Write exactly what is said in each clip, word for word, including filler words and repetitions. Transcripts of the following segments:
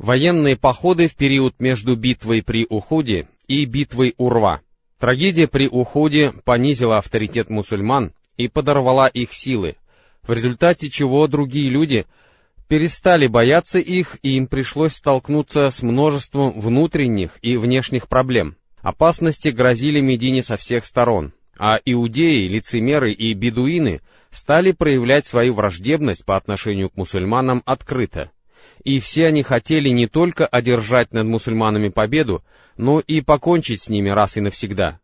Военные походы в период между битвой при Ухуде и битвой Урва. Трагедия при Ухуде понизила авторитет мусульман и подорвала их силы, в результате чего другие люди перестали бояться их, и им пришлось столкнуться с множеством внутренних и внешних проблем. Опасности грозили Медине со всех сторон, а иудеи, лицемеры и бедуины стали проявлять свою враждебность по отношению к мусульманам открыто. И все они хотели не только одержать над мусульманами победу, но и покончить с ними раз и навсегда.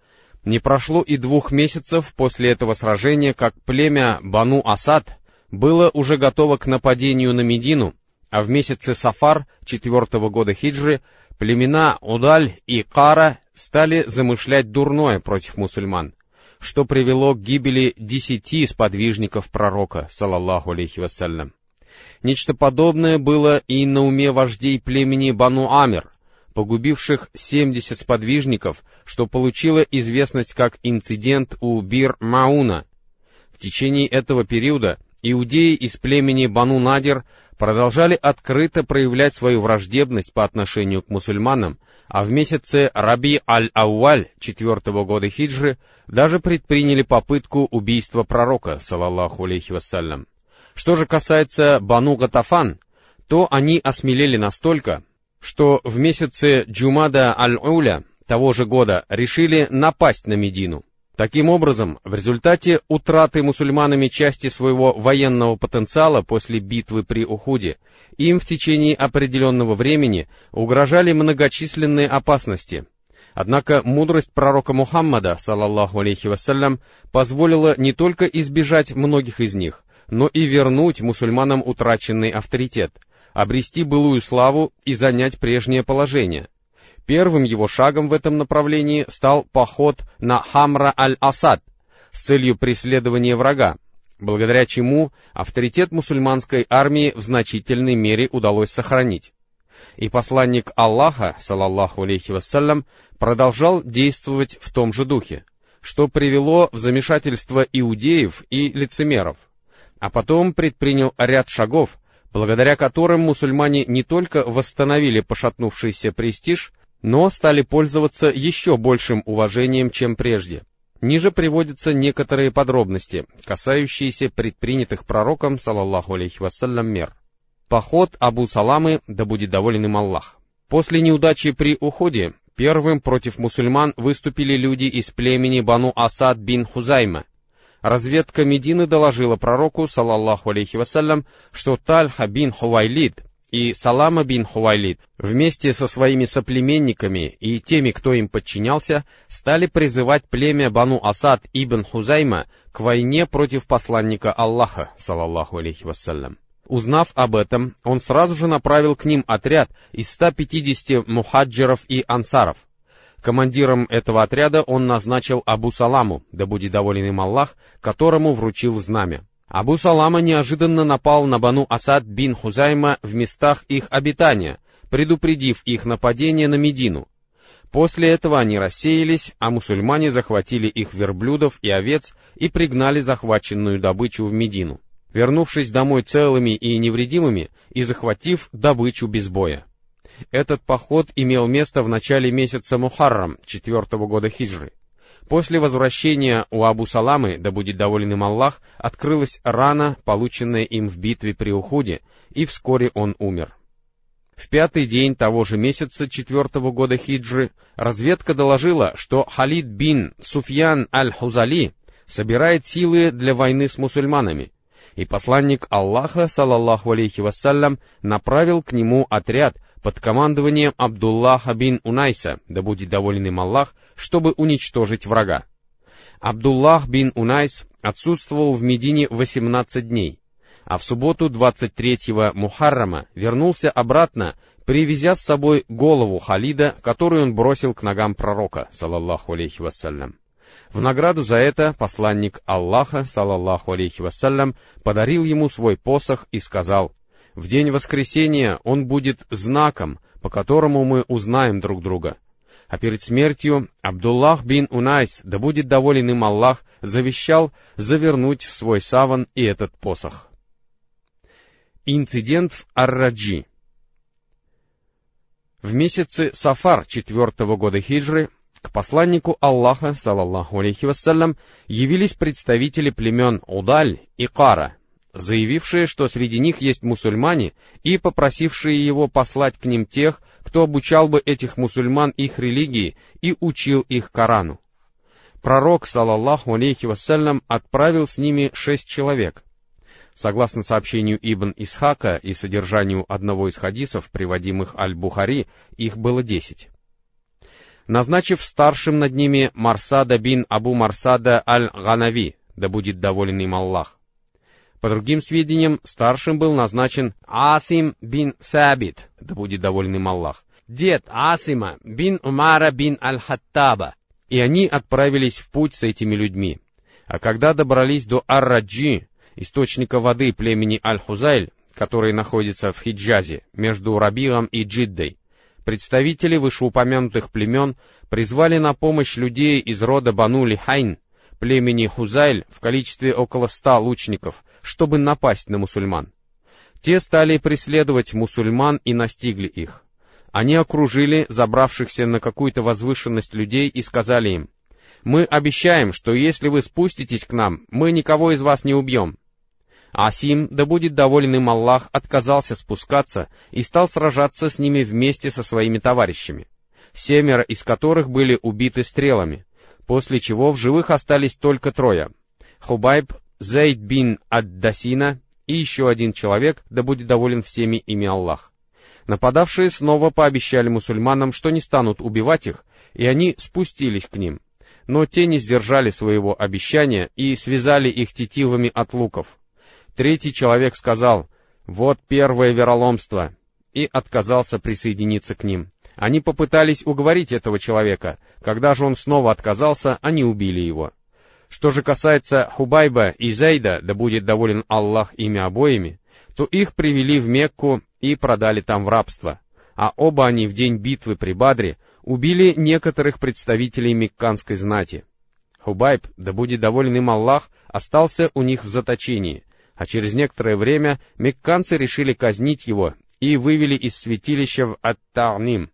Не прошло и двух месяцев после этого сражения, как племя Бану Асад было уже готово к нападению на Медину, а в месяце Сафар четвертого года хиджры племена Удаль и Кара стали замышлять дурное против мусульман, что привело к гибели десяти сподвижников пророка, салаллаху алейхи вассалям. Нечто подобное было и на уме вождей племени Бану Амир, погубивших семьдесят сподвижников, что получило известность как инцидент у Бир-Мауна. В течение этого периода иудеи из племени Бану Надир продолжали открыто проявлять свою враждебность по отношению к мусульманам, а в месяце Раби аль-Ауаль четвертого года хиджры даже предприняли попытку убийства пророка, салаллаху алейхи вассалям. Что же касается Бану Гатафан, то они осмелели настолько, что в месяце Джумада аль-Уля того же года решили напасть на Медину. Таким образом, в результате утраты мусульманами части своего военного потенциала после битвы при Ухуде, им в течение определенного времени угрожали многочисленные опасности. Однако мудрость пророка Мухаммада, салаллаху алейхи вассалям, позволила не только избежать многих из них, но и вернуть мусульманам утраченный авторитет, обрести былую славу и занять прежнее положение. Первым его шагом в этом направлении стал поход на Хамра аль-Асад с целью преследования врага, благодаря чему авторитет мусульманской армии в значительной мере удалось сохранить. И посланник Аллаха, салаллаху алейхи вассалям, продолжал действовать в том же духе, что привело в замешательство иудеев и лицемеров, а потом предпринял ряд шагов, благодаря которым мусульмане не только восстановили пошатнувшийся престиж, но стали пользоваться еще большим уважением, чем прежде. Ниже приводятся некоторые подробности, касающиеся предпринятых пророком, салаллаху алейхи вассалям, мер. Поход Абу Саламы, да будет доволен им Аллах. После неудачи при Уходе первым против мусульман выступили люди из племени Бану Асад бин Хузайма. Разведка Медины доложила пророку, салаллаху алейхи вассалям, что Тальха бин Хувайлид и Салама бин Хувайлид вместе со своими соплеменниками и теми, кто им подчинялся, стали призывать племя Бану Асад ибн Хузайма к войне против посланника Аллаха, салаллаху алейхи вассалям. Узнав об этом, он сразу же направил к ним отряд из ста пятидесяти мухаджиров и ансаров. Командиром этого отряда он назначил Абу Саламу, да будет доволен им Аллах, которому вручил знамя. Абу Салама неожиданно напал на Бану Асад бин Хузайма в местах их обитания, предупредив их нападение на Медину. После этого они рассеялись, а мусульмане захватили их верблюдов и овец и пригнали захваченную добычу в Медину, вернувшись домой целыми и невредимыми и захватив добычу без боя. Этот поход имел место в начале месяца Мухаррам четвертого года хиджры. После возвращения у Абу Саламы, да будет доволен им Аллах, открылась рана, полученная им в битве при Ухуде, и вскоре он умер. В пятый день того же месяца четвертого года хиджры разведка доложила, что Халид бин Суфьян аль-Хузали собирает силы для войны с мусульманами, и посланник Аллаха, салаллаху алейхи вассалям, направил к нему отряд под командованием Абдуллаха бин Унайса, да будет доволен им Аллах, чтобы уничтожить врага. Абдуллах бин Унайс отсутствовал в Медине восемнадцать дней, а в субботу двадцать третьего Мухаррама вернулся обратно, привезя с собой голову Халида, которую он бросил к ногам пророка, салаллаху алейхи вассалям. В награду за это посланник Аллаха, салаллаху алейхи вассалям, подарил ему свой посох и сказал: «В день воскресения он будет знаком, по которому мы узнаем друг друга». А перед смертью Абдуллах бин Унайс, да будет доволен им Аллах, завещал завернуть в свой саван и этот посох. Инцидент в Ар-Раджи. В месяце Сафар четвертого года хиджры к посланнику Аллаха, салаллаху алейхи вассалям, явились представители племен Удаль и Кара, заявившие, что среди них есть мусульмане, и попросившие его послать к ним тех, кто обучал бы этих мусульман их религии и учил их Корану. Пророк, салаллаху алейхи вассалям, отправил с ними шесть человек. Согласно сообщению Ибн Исхака и содержанию одного из хадисов, приводимых Аль-Бухари, их было десять. Назначив старшим над ними Марсада бин Абу Марсада Аль-Ганави, да будет доволен им Аллах. По другим сведениям, старшим был назначен Асим бин Сабит, да будет доволен им Аллах, дед Асима бин Умара бин Аль-Хаттаба. И они отправились в путь с этими людьми. А когда добрались до Ар-Раджи, источника воды племени Аль-Хузайль, который находится в Хиджазе, между Рабиом и Джиддой, представители вышеупомянутых племен призвали на помощь людей из рода Бану Лихайн, племени Хузайль, в количестве около ста лучников, чтобы напасть на мусульман. Те стали преследовать мусульман и настигли их. Они окружили забравшихся на какую-то возвышенность людей и сказали им: «Мы обещаем, что если вы спуститесь к нам, мы никого из вас не убьем». Асим, да будет доволен им Аллах, отказался спускаться и стал сражаться с ними вместе со своими товарищами, семеро из которых были убиты стрелами, после чего в живых остались только трое: Хубайб, Зейд бин Ад-Дасина и еще один человек, да будет доволен всеми ими Аллах. Нападавшие снова пообещали мусульманам, что не станут убивать их, и они спустились к ним. Но те не сдержали своего обещания и связали их тетивами от луков. Третий человек сказал: «Вот первое вероломство», и отказался присоединиться к ним. Они попытались уговорить этого человека. Когда же он снова отказался, они убили его. Что же касается Хубайба и Зейда, да будет доволен Аллах ими обоими, то их привели в Мекку и продали там в рабство, а оба они в день битвы при Бадре убили некоторых представителей мекканской знати. Хубайб, да будет доволен им Аллах, остался у них в заточении, а через некоторое время мекканцы решили казнить его и вывели из святилища в Ат-Та'ним.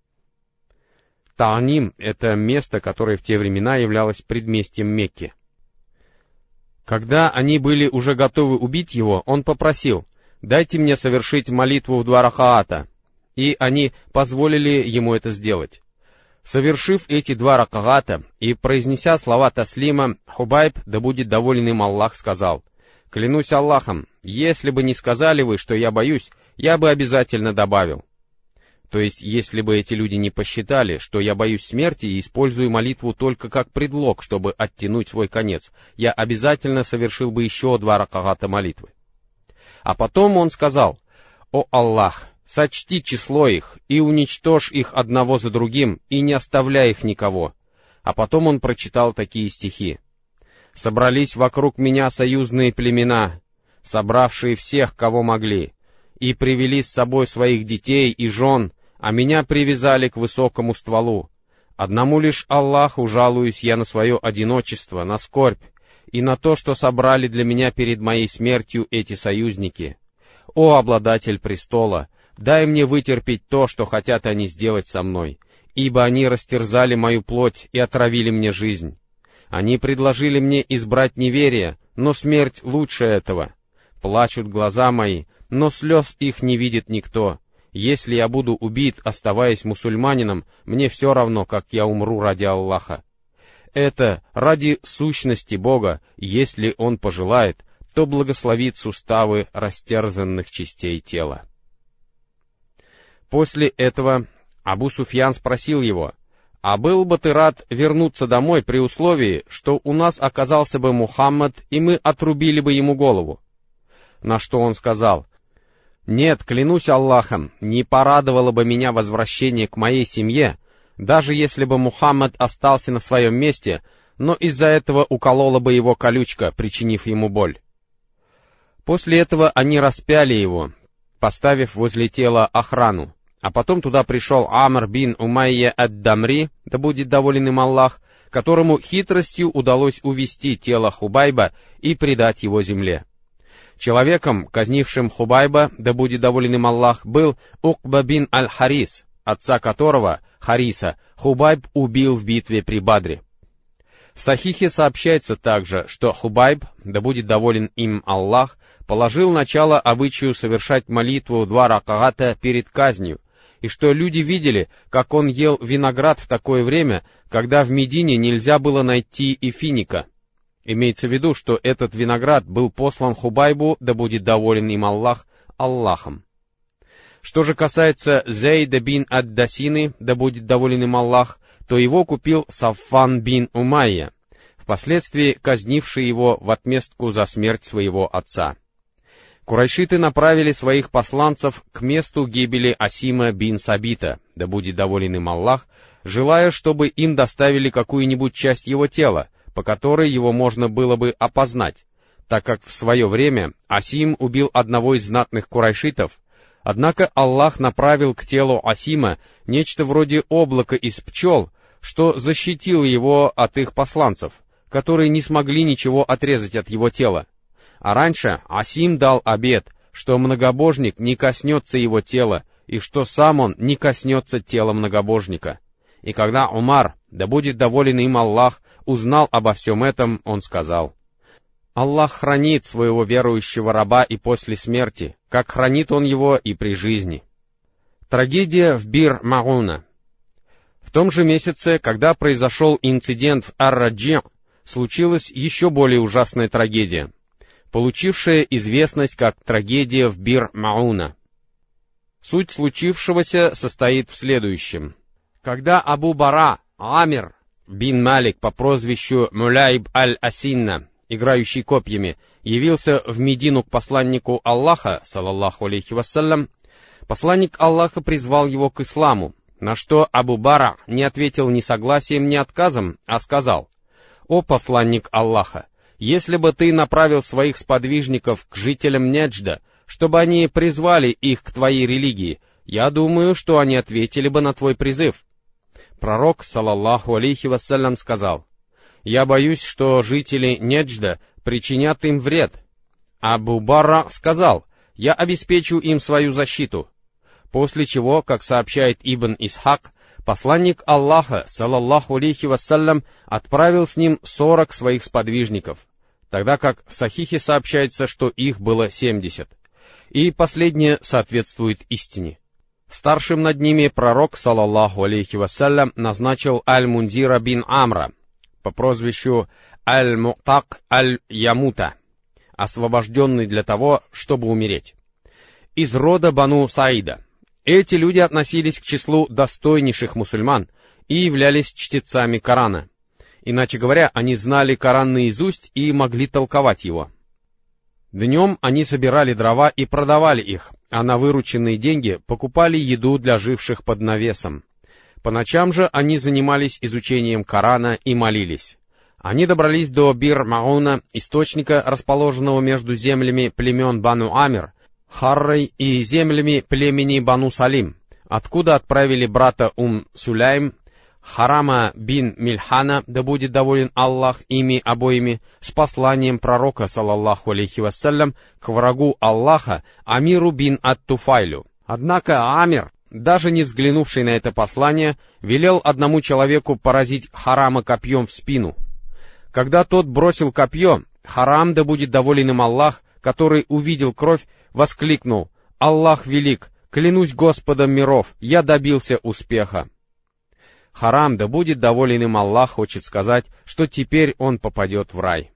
Та'ним — это место, которое в те времена являлось предместьем Мекки. Когда они были уже готовы убить его, он попросил: «Дайте мне совершить молитву в два ракаата», и они позволили ему это сделать. Совершив эти два ракаата и произнеся слова таслима, Хубайб, да будет доволен им Аллах, сказал: «Клянусь Аллахом, если бы не сказали вы, что я боюсь, я бы обязательно добавил». То есть, если бы эти люди не посчитали, что я боюсь смерти и использую молитву только как предлог, чтобы оттянуть свой конец, я обязательно совершил бы еще два ракаата молитвы. А потом он сказал: «О Аллах, сочти число их и уничтожь их одного за другим, и не оставляй их никого». А потом он прочитал такие стихи: «Собрались вокруг меня союзные племена, собравшие всех, кого могли, и привели с собой своих детей и жен, а меня привязали к высокому стволу. Одному лишь Аллаху жалуюсь я на свое одиночество, на скорбь, и на то, что собрали для меня перед моей смертью эти союзники. О, обладатель престола, дай мне вытерпеть то, что хотят они сделать со мной, ибо они растерзали мою плоть и отравили мне жизнь. Они предложили мне избрать неверие, но смерть лучше этого. Плачут глаза мои, но слез их не видит никто. Если я буду убит, оставаясь мусульманином, мне все равно, как я умру ради Аллаха. Это ради сущности Бога, если Он пожелает, то благословит суставы растерзанных частей тела». После этого Абу Суфьян спросил его: «А был бы ты рад вернуться домой при условии, что у нас оказался бы Мухаммад, и мы отрубили бы ему голову?» На что он сказал: «Нет, клянусь Аллахом, не порадовало бы меня возвращение к моей семье, даже если бы Мухаммад остался на своем месте, но из-за этого уколола бы его колючка, причинив ему боль». После этого они распяли его, поставив возле тела охрану, а потом туда пришел Амр бин Умайя ад-Дамри, да будет доволен им Аллах, которому хитростью удалось увести тело Хубайба и предать его земле. Человеком, казнившим Хубайба, да будет доволен им Аллах, был Укба бин Аль-Харис, отца которого, Хариса, Хубайб убил в битве при Бадре. В Сахихе сообщается также, что Хубайб, да будет доволен им Аллах, положил начало обычаю совершать молитву два ракаата перед казнью, и что люди видели, как он ел виноград в такое время, когда в Медине нельзя было найти и финика. Имеется в виду, что этот виноград был послан Хубайбу, да будет доволен им Аллах, Аллахом. Что же касается Зейда бин ад-Дасины, да будет доволен им Аллах, то его купил Саффан бин Умайя, впоследствии казнивший его в отместку за смерть своего отца. Курайшиты направили своих посланцев к месту гибели Асима бин Сабита, да будет доволен им Аллах, желая, чтобы им доставили какую-нибудь часть его тела, по которой его можно было бы опознать, так как в свое время Асим убил одного из знатных курайшитов. Однако Аллах направил к телу Асима нечто вроде облака из пчел, что защитило его от их посланцев, которые не смогли ничего отрезать от его тела. А раньше Асим дал обет, что многобожник не коснется его тела, и что сам он не коснется тела многобожника. И когда Умар, да будет доволен им Аллах, узнал обо всем этом, он сказал: «Аллах хранит своего верующего раба и после смерти, как хранит он его и при жизни». Трагедия в Бир-Мауна. В том же месяце, когда произошел инцидент в Ар-Раджи, случилась еще более ужасная трагедия, получившая известность как трагедия в Бир-Мауна. Суть случившегося состоит в следующем. Когда Абу-Бара Амир бин Малик по прозвищу Муляйб аль-Асинна, играющий копьями, явился в Медину к посланнику Аллаха, салаллаху алейхи вассалям, посланник Аллаха призвал его к исламу, на что Абу-Бара не ответил ни согласием, ни отказом, а сказал: «О посланник Аллаха, если бы ты направил своих сподвижников к жителям Неджда, чтобы они призвали их к твоей религии, я думаю, что они ответили бы на твой призыв». Пророк, салаллаху алейхи вассалям, сказал: «Я боюсь, что жители Неджда причинят им вред». Абу-Барра сказал: «Я обеспечу им свою защиту». После чего, как сообщает Ибн Исхак, посланник Аллаха, салаллаху алейхи вассалям, отправил с ним сорок своих сподвижников, тогда как в Сахихе сообщается, что их было семьдесят. И последнее соответствует истине. Старшим над ними пророк, салаллаху алейхи вассалям, назначил Аль-Мунзира бин Амра по прозвищу Аль-Му'так Аль-Ямута, освобожденный для того, чтобы умереть, из рода Бану Саида. Эти люди относились к числу достойнейших мусульман и являлись чтецами Корана. Иначе говоря, они знали Коран наизусть и могли толковать его. Днем они собирали дрова и продавали их, а на вырученные деньги покупали еду для живших под навесом. По ночам же они занимались изучением Корана и молились. Они добрались до Бир-Мауна, источника, расположенного между землями племен Бану Амир, Харрой и землями племени Бану Салим, откуда отправили брата Ум Сулейм, Харама бин Мильхана, да будет доволен Аллах ими обоими, с посланием пророка, салаллаху алейхи вассалям, к врагу Аллаха, Амиру бин ат-Туфайлю. Однако Амир, даже не взглянувший на это послание, велел одному человеку поразить Харама копьем в спину. Когда тот бросил копье, Харам, да будет доволен им Аллах, который увидел кровь, воскликнул: «Аллах велик! Клянусь Господом миров, я добился успеха!» Харам, да будет доволен им Аллах, хочет сказать, что теперь он попадет в рай.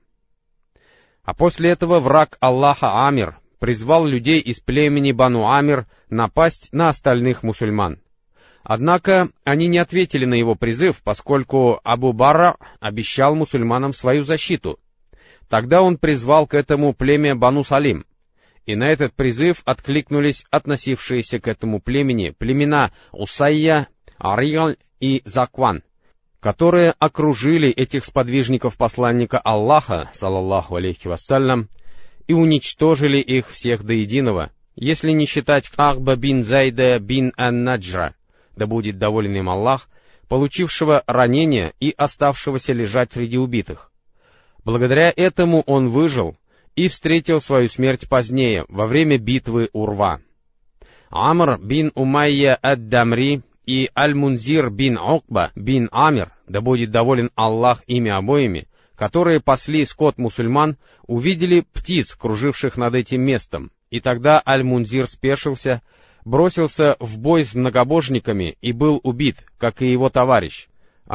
А после этого враг Аллаха Амир призвал людей из племени Бану Амир напасть на остальных мусульман. Однако они не ответили на его призыв, поскольку Абу-Барра обещал мусульманам свою защиту. Тогда он призвал к этому племя Бану Салим, и на этот призыв откликнулись относившиеся к этому племени племена Усайя, Ариаль и Закван, которые окружили этих сподвижников посланника Аллаха, салаллаху алейхи вассалям, и уничтожили их всех до единого, если не считать Ахба бин Зайда бин ан-Наджра, да будет доволен им Аллах, получившего ранение и оставшегося лежать среди убитых. Благодаря этому он выжил и встретил свою смерть позднее, во время битвы Урва. Амр бин Умайя ад-Дамри и Аль-Мунзир бин Укба бин Амир, да будет доволен Аллах ими обоими, которые пасли скот мусульман, увидели птиц, круживших над этим местом, и тогда Аль-Мунзир спешился, бросился в бой с многобожниками и был убит, как и его товарищ,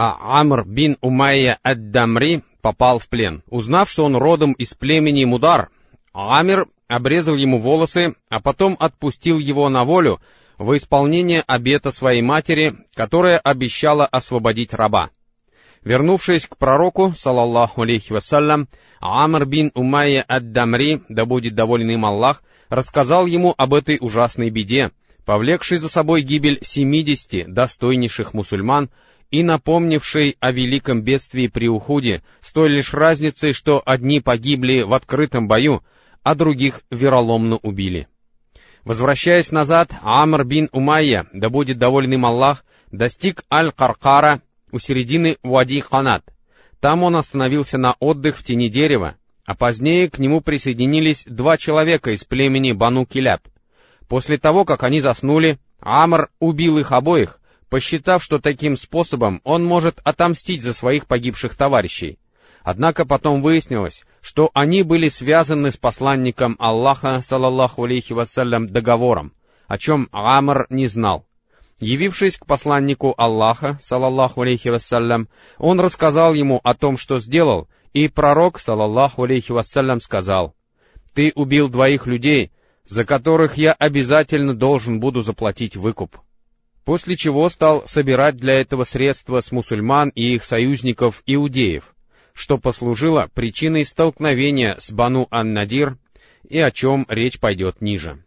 а Амр бин Умайя ад-Дамри попал в плен. Узнав, что он родом из племени Мудар, Амир обрезал ему волосы, а потом отпустил его на волю во исполнение обета своей матери, которая обещала освободить раба. Вернувшись к пророку, салаллаху алейхи вассалям, Амр бин Умайя ад-Дамри, да будет доволен им Аллах, рассказал ему об этой ужасной беде, повлекшей за собой гибель семидесяти достойнейших мусульман и напомнившей о великом бедствии при Ухуде, с той лишь разницей, что одни погибли в открытом бою, а других вероломно убили. Возвращаясь назад, Амр бин Умайя, да будет доволен им Аллах, достиг Аль-Каркара у середины Уади-Канат. Там он остановился на отдых в тени дерева, а позднее к нему присоединились два человека из племени Бану Киляб. После того, как они заснули, Амр убил их обоих, посчитав, что таким способом он может отомстить за своих погибших товарищей. Однако потом выяснилось, что они были связаны с посланником Аллаха, салаллаху алейхи вассалям, договором, о чем Амр не знал. Явившись к посланнику Аллаха, салаллаху алейхи вассалям, он рассказал ему о том, что сделал, и пророк, салаллаху алейхи вассалям, сказал: «Ты убил двоих людей, за которых я обязательно должен буду заплатить выкуп». После чего стал собирать для этого средства с мусульман и их союзников иудеев, что послужило причиной столкновения с Бану ан-Надир, и о чем речь пойдет ниже.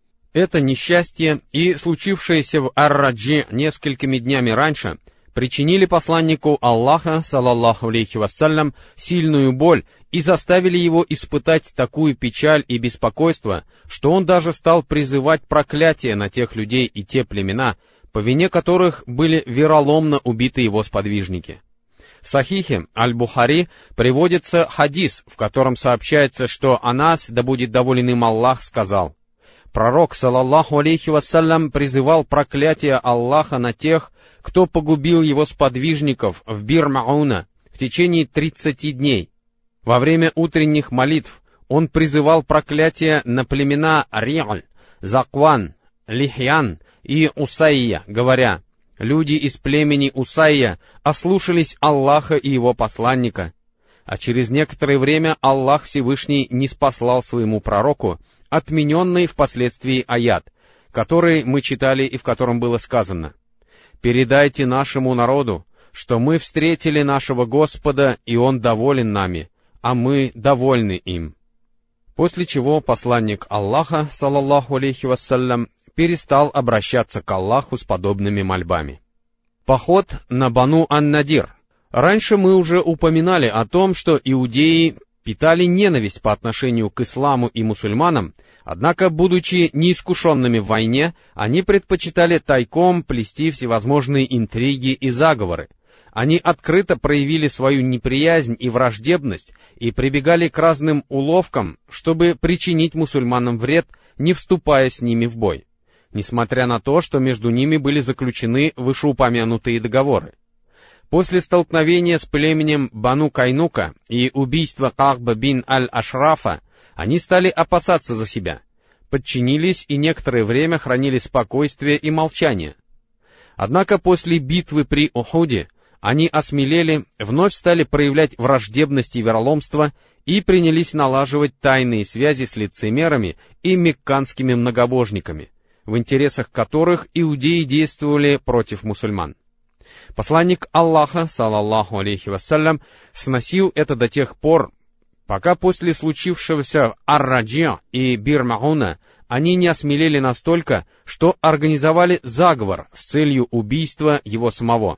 Это несчастье и случившееся в Ар-Раджи несколькими днями раньше причинили посланнику Аллаха, салаллаху алейхи вассалям, сильную боль и заставили его испытать такую печаль и беспокойство, что он даже стал призывать проклятие на тех людей и те племена, по вине которых были вероломно убиты его сподвижники. В Сахихе Аль-Бухари приводится хадис, в котором сообщается, что Анас, да будет доволен им Аллах, сказал: «Пророк, салаллаху алейхи вассалям, призывал проклятие Аллаха на тех, кто погубил его сподвижников в Бир-Мауна в течение тридцати дней. Во время утренних молитв он призывал проклятие на племена Ри'аль, Закван, Лихьян и Усайя, говоря: люди из племени Усайя ослушались Аллаха и его посланника». А через некоторое время Аллах Всевышний ниспослал своему пророку отмененный впоследствии аят, который мы читали и в котором было сказано: «Передайте нашему народу, что мы встретили нашего Господа, и Он доволен нами, а мы довольны им». После чего посланник Аллаха, салаллаху алейхи вассалям, перестал обращаться к Аллаху с подобными мольбами. Поход на Бану ан-Надир. Раньше мы уже упоминали о том, что иудеи питали ненависть по отношению к исламу и мусульманам, однако, будучи неискушенными в войне, они предпочитали тайком плести всевозможные интриги и заговоры. Они открыто проявили свою неприязнь и враждебность и прибегали к разным уловкам, чтобы причинить мусульманам вред, не вступая с ними в бой, несмотря на то, что между ними были заключены вышеупомянутые договоры. После столкновения с племенем Бану Кайнука и убийства Ка'ба бин Аль-Ашрафа они стали опасаться за себя, подчинились и некоторое время хранили спокойствие и молчание. Однако после битвы при Ухуде они осмелели, вновь стали проявлять враждебность и вероломство и принялись налаживать тайные связи с лицемерами и мекканскими многобожниками, в интересах которых иудеи действовали против мусульман. Посланник Аллаха, салаллаху алейхи вассалям, сносил это до тех пор, пока после случившегося Ар-Раджи и Бир-Мауна они не осмелели настолько, что организовали заговор с целью убийства его самого.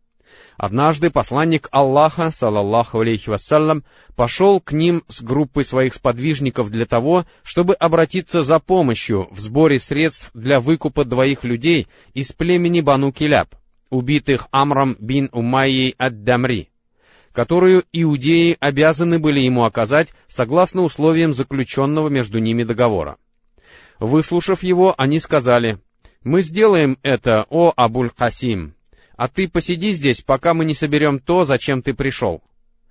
Однажды посланник Аллаха, салаллаху алейхи вассалям, пошел к ним с группой своих сподвижников для того, чтобы обратиться за помощью в сборе средств для выкупа двоих людей из племени Бану Киляб, убитых Амром бин Умайей ад-Дамри, которую иудеи обязаны были ему оказать согласно условиям заключенного между ними договора. Выслушав его, они сказали: «Мы сделаем это, о Абуль-Касим, а ты посиди здесь, пока мы не соберем то, зачем ты пришел».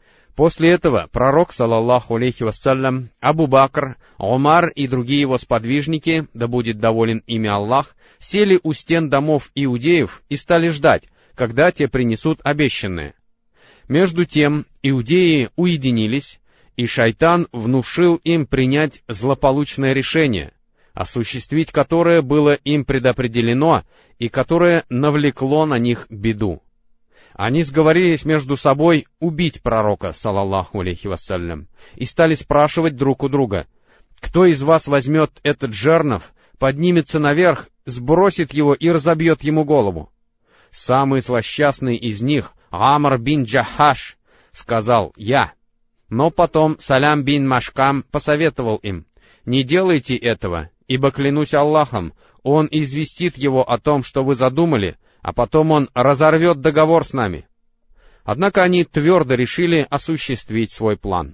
После этого пророк, саллаллаху алейхи вассалям, Абу Бакр, Умар и другие его сподвижники, да будет доволен ими Аллах, сели у стен домов иудеев и стали ждать, когда те принесут обещанное. Между тем иудеи уединились, и шайтан внушил им принять злополучное решение, осуществить которое было им предопределено и которое навлекло на них беду. Они сговорились между собой убить пророка, саллаллаху алейхи вассалям, и стали спрашивать друг у друга: «Кто из вас возьмет этот жернов, поднимется наверх, сбросит его и разобьет ему голову?» Самый злосчастный из них, Амр бин Джахаш, сказал: «Я». Но потом Салям бин Машкам посоветовал им: «Не делайте этого, ибо, клянусь Аллахом, он известит его о том, что вы задумали, а потом он разорвет договор с нами». Однако они твердо решили осуществить свой план.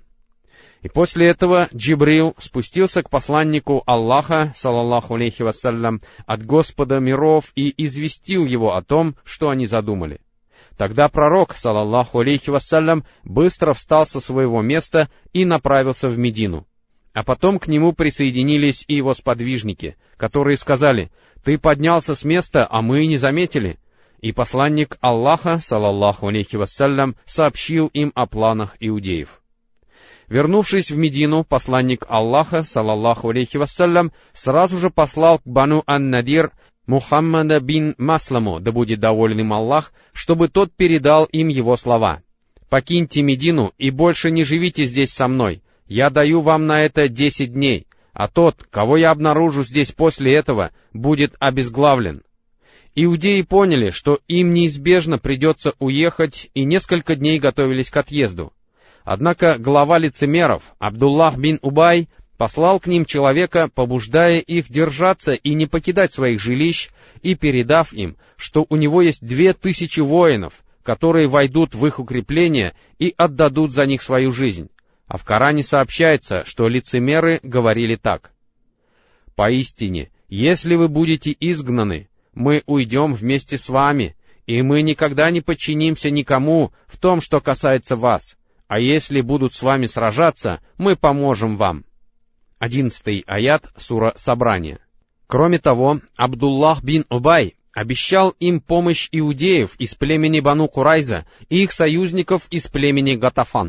И после этого Джибрил спустился к посланнику Аллаха, саллаллаху алейхи вассалям, от Господа миров и известил его о том, что они задумали. Тогда пророк, саллаллаху алейхи вассалям, быстро встал со своего места и направился в Медину. А потом к нему присоединились и его сподвижники, которые сказали: «Ты поднялся с места, а мы и не заметили». И посланник Аллаха, саллаллаху алейхи вассалям, сообщил им о планах иудеев. Вернувшись в Медину, посланник Аллаха, саллаллаху алейхи вассалям, сразу же послал к Бану ан-Надир Мухаммада бин Масламу, да будет доволен им Аллах, чтобы тот передал им его слова: «Покиньте Медину и больше не живите здесь со мной. Я даю вам на это десять дней, а тот, кого я обнаружу здесь после этого, будет обезглавлен». Иудеи поняли, что им неизбежно придется уехать, и несколько дней готовились к отъезду. Однако глава лицемеров, Абдуллах бин Убай, послал к ним человека, побуждая их держаться и не покидать своих жилищ, и передав им, что у него есть две тысячи воинов, которые войдут в их укрепления и отдадут за них свою жизнь. А в Коране сообщается, что лицемеры говорили так: «Поистине, если вы будете изгнаны, мы уйдем вместе с вами, и мы никогда не подчинимся никому в том, что касается вас, а если будут с вами сражаться, мы поможем вам». Одиннадцатый аят сура Собрание. Кроме того, Абдуллах бин Убай обещал им помощь иудеев из племени Бану Курайза и их союзников из племени Гатафан.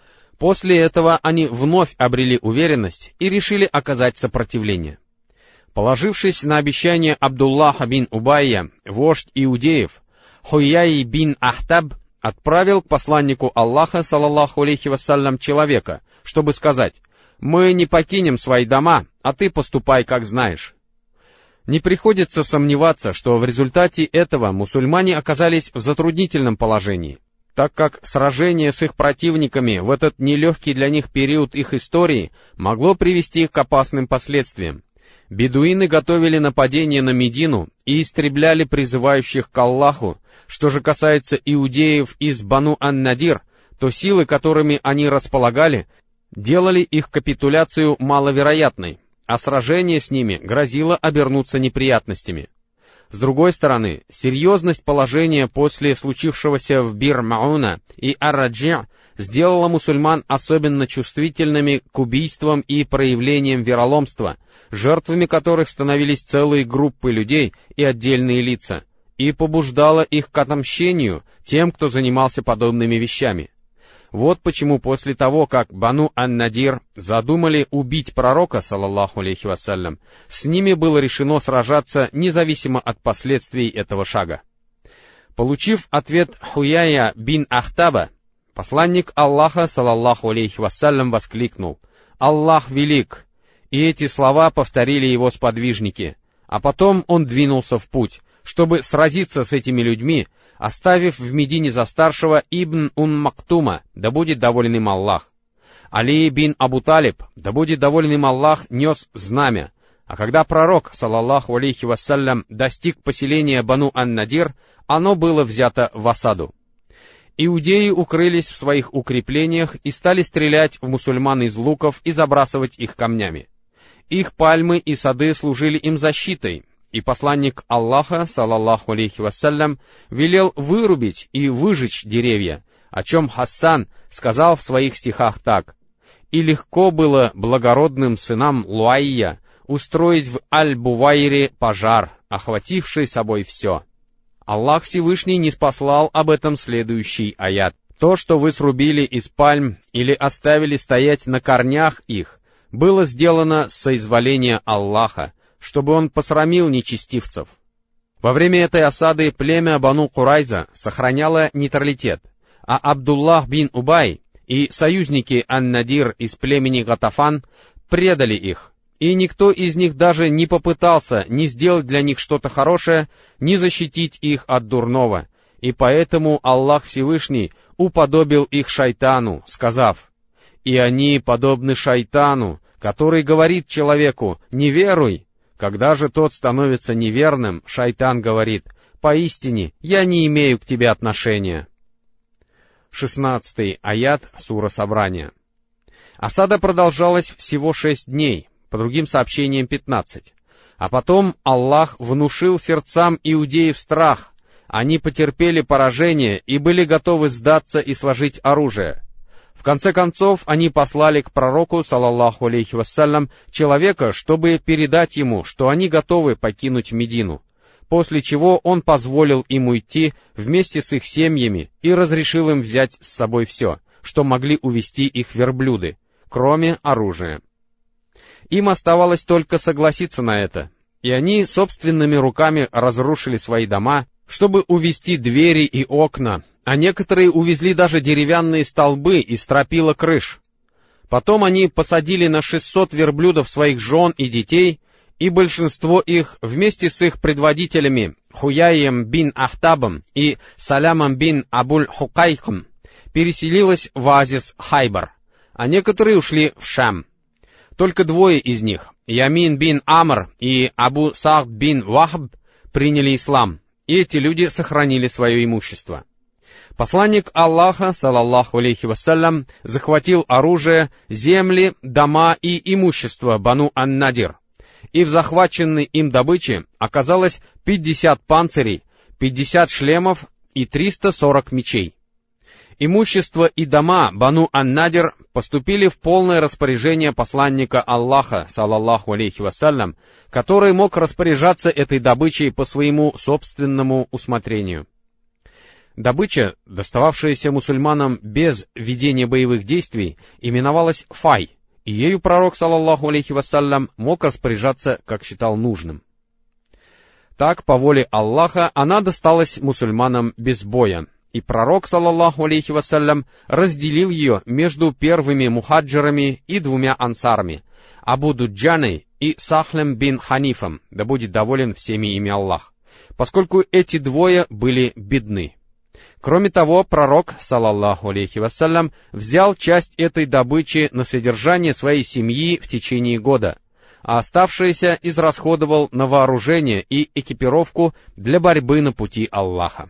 После этого они вновь обрели уверенность и решили оказать сопротивление. Положившись на обещание Абдуллаха бин Убайя, вождь иудеев, Хуяй бин Ахтаб отправил к посланнику Аллаха, саллаллаху алейхи вассалям, человека, чтобы сказать: «Мы не покинем свои дома, а ты поступай, как знаешь». Не приходится сомневаться, что в результате этого мусульмане оказались в затруднительном положении, так как сражение с их противниками в этот нелегкий для них период их истории могло привести их к опасным последствиям. Бедуины готовили нападение на Медину и истребляли призывающих к Аллаху. Что же касается иудеев из Бану ан-Надир, то силы, которыми они располагали, делали их капитуляцию маловероятной, а сражение с ними грозило обернуться неприятностями. С другой стороны, серьезность положения после случившегося в Бир-Мауна и Ар-Раджи' сделала мусульман особенно чувствительными к убийствам и проявлениям вероломства, жертвами которых становились целые группы людей и отдельные лица, и побуждала их к отомщению тем, кто занимался подобными вещами. Вот почему после того, как Бану ан-Надир задумали убить пророка, саллаллаху алейхи вассалям, с ними было решено сражаться независимо от последствий этого шага. Получив ответ Хуяя бин Ахтаба, посланник Аллаха, саллаллаху алейхи вассалям, воскликнул: «Аллах велик!» И эти слова повторили его сподвижники, а потом он двинулся в путь, чтобы сразиться с этими людьми, оставив в Медине за старшего Ибн Ун-Мактума, да будет доволен им Аллах. Али бин Абу Талиб, да будет доволен им Аллах, нес знамя, а когда пророк, саллаллаху алейхи вассалям, достиг поселения Бану ан-Надир, оно было взято в осаду. Иудеи укрылись в своих укреплениях и стали стрелять в мусульман из луков и забрасывать их камнями. Их пальмы и сады служили им защитой, и посланник Аллаха, салаллаху алейхи вассалям, велел вырубить и выжечь деревья, о чем Хассан сказал в своих стихах так: «И легко было благородным сынам Луайя устроить в Аль-Бувайре пожар, охвативший собой все». Аллах Всевышний не спаслал об этом следующий аят: «То, что вы срубили из пальм или оставили стоять на корнях их, было сделано с соизволения Аллаха, чтобы он посрамил нечестивцев». Во время этой осады племя Бану Курайза сохраняло нейтралитет, а Абдуллах бин Убай и союзники Ан-Надир из племени Гатафан предали их, и никто из них даже не попытался ни сделать для них что-то хорошее, ни защитить их от дурного, и поэтому Аллах Всевышний уподобил их шайтану, сказав: «И они подобны шайтану, который говорит человеку: не веруй». Когда же тот становится неверным, шайтан говорит: «Поистине, я не имею к тебе отношения». шестнадцатый аят сура Собрания. Осада продолжалась всего шесть дней, по другим сообщениям пятнадцать. А потом Аллах внушил сердцам иудеев страх. Они потерпели поражение и были готовы сдаться и сложить оружие. В конце концов, они послали к пророку, салаллаху алейхи вассалям, человека, чтобы передать ему, что они готовы покинуть Медину, после чего он позволил им уйти вместе с их семьями и разрешил им взять с собой все, что могли увести их верблюды, кроме оружия. Им оставалось только согласиться на это, и они собственными руками разрушили свои дома, чтобы увести двери и окна, а некоторые увезли даже деревянные столбы и стропила крыш. Потом они посадили на шестьсот верблюдов своих жен и детей, и большинство их вместе с их предводителями Хуяем бин Ахтабом и Салямом бин Абуль-Хукайхом переселилось в оазис Хайбар, а некоторые ушли в Шам. Только двое из них, Ямин бин Амр и Абу Сахд бин Вахб, приняли ислам, и эти люди сохранили свое имущество. Посланник Аллаха, салаллаху алейхи вассалям, захватил оружие, земли, дома и имущество Бану Ан-Надир, и в захваченной им добыче оказалось пятьдесят панцирей, пятьдесят шлемов и триста сорок мечей. Имущество и дома Бану Ан-Надир поступили в полное распоряжение посланника Аллаха, салаллаху алейхи вассалям, который мог распоряжаться этой добычей по своему собственному усмотрению. Добыча, достававшаяся мусульманам без ведения боевых действий, именовалась фай, и ею пророк, салаллаху алейхи вассалям, мог распоряжаться, как считал нужным. Так, по воле Аллаха, она досталась мусульманам без боя, и пророк, салаллаху алейхи вассалям, разделил ее между первыми мухаджирами и двумя ансарами, Абу Дуджаной и Сахлем бин Ханифом, да будет доволен всеми ими Аллах, поскольку эти двое были бедны. Кроме того, пророк, салаллаху алейхи вассалям, взял часть этой добычи на содержание своей семьи в течение года, а оставшееся израсходовал на вооружение и экипировку для борьбы на пути Аллаха.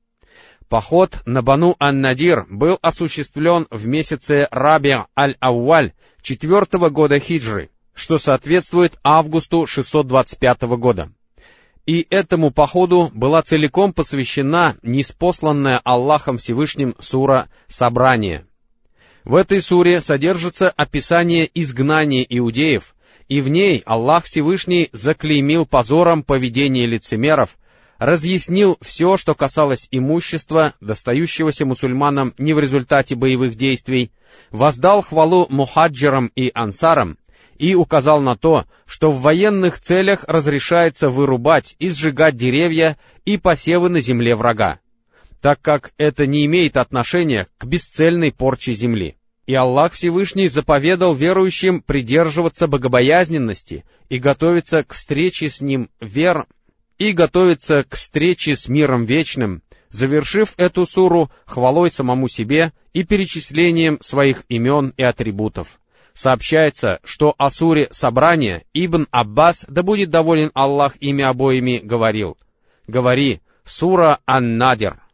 Поход на Бану Ан-Надир был осуществлен в месяце Раби' аль-Ауаль четвертого года хиджры, что соответствует августу шестьсот двадцать пятого года. И этому походу была целиком посвящена ниспосланная Аллахом Всевышним сура «Собрание». В этой суре содержится описание изгнания иудеев, и в ней Аллах Всевышний заклеймил позором поведение лицемеров, разъяснил все, что касалось имущества, достающегося мусульманам не в результате боевых действий, воздал хвалу мухаджирам и ансарам, и указал на то, что в военных целях разрешается вырубать и сжигать деревья и посевы на земле врага, так как это не имеет отношения к бесцельной порче земли. И Аллах Всевышний заповедал верующим придерживаться богобоязненности и готовиться к встрече с Ним вер... и готовиться к встрече с миром вечным, завершив эту суру хвалой самому себе и перечислением своих имен и атрибутов. Сообщается, что о суре «Собрание» Ибн Аббас, да будет доволен Аллах ими обоими, говорил: «Говори, сура Ан-Надир».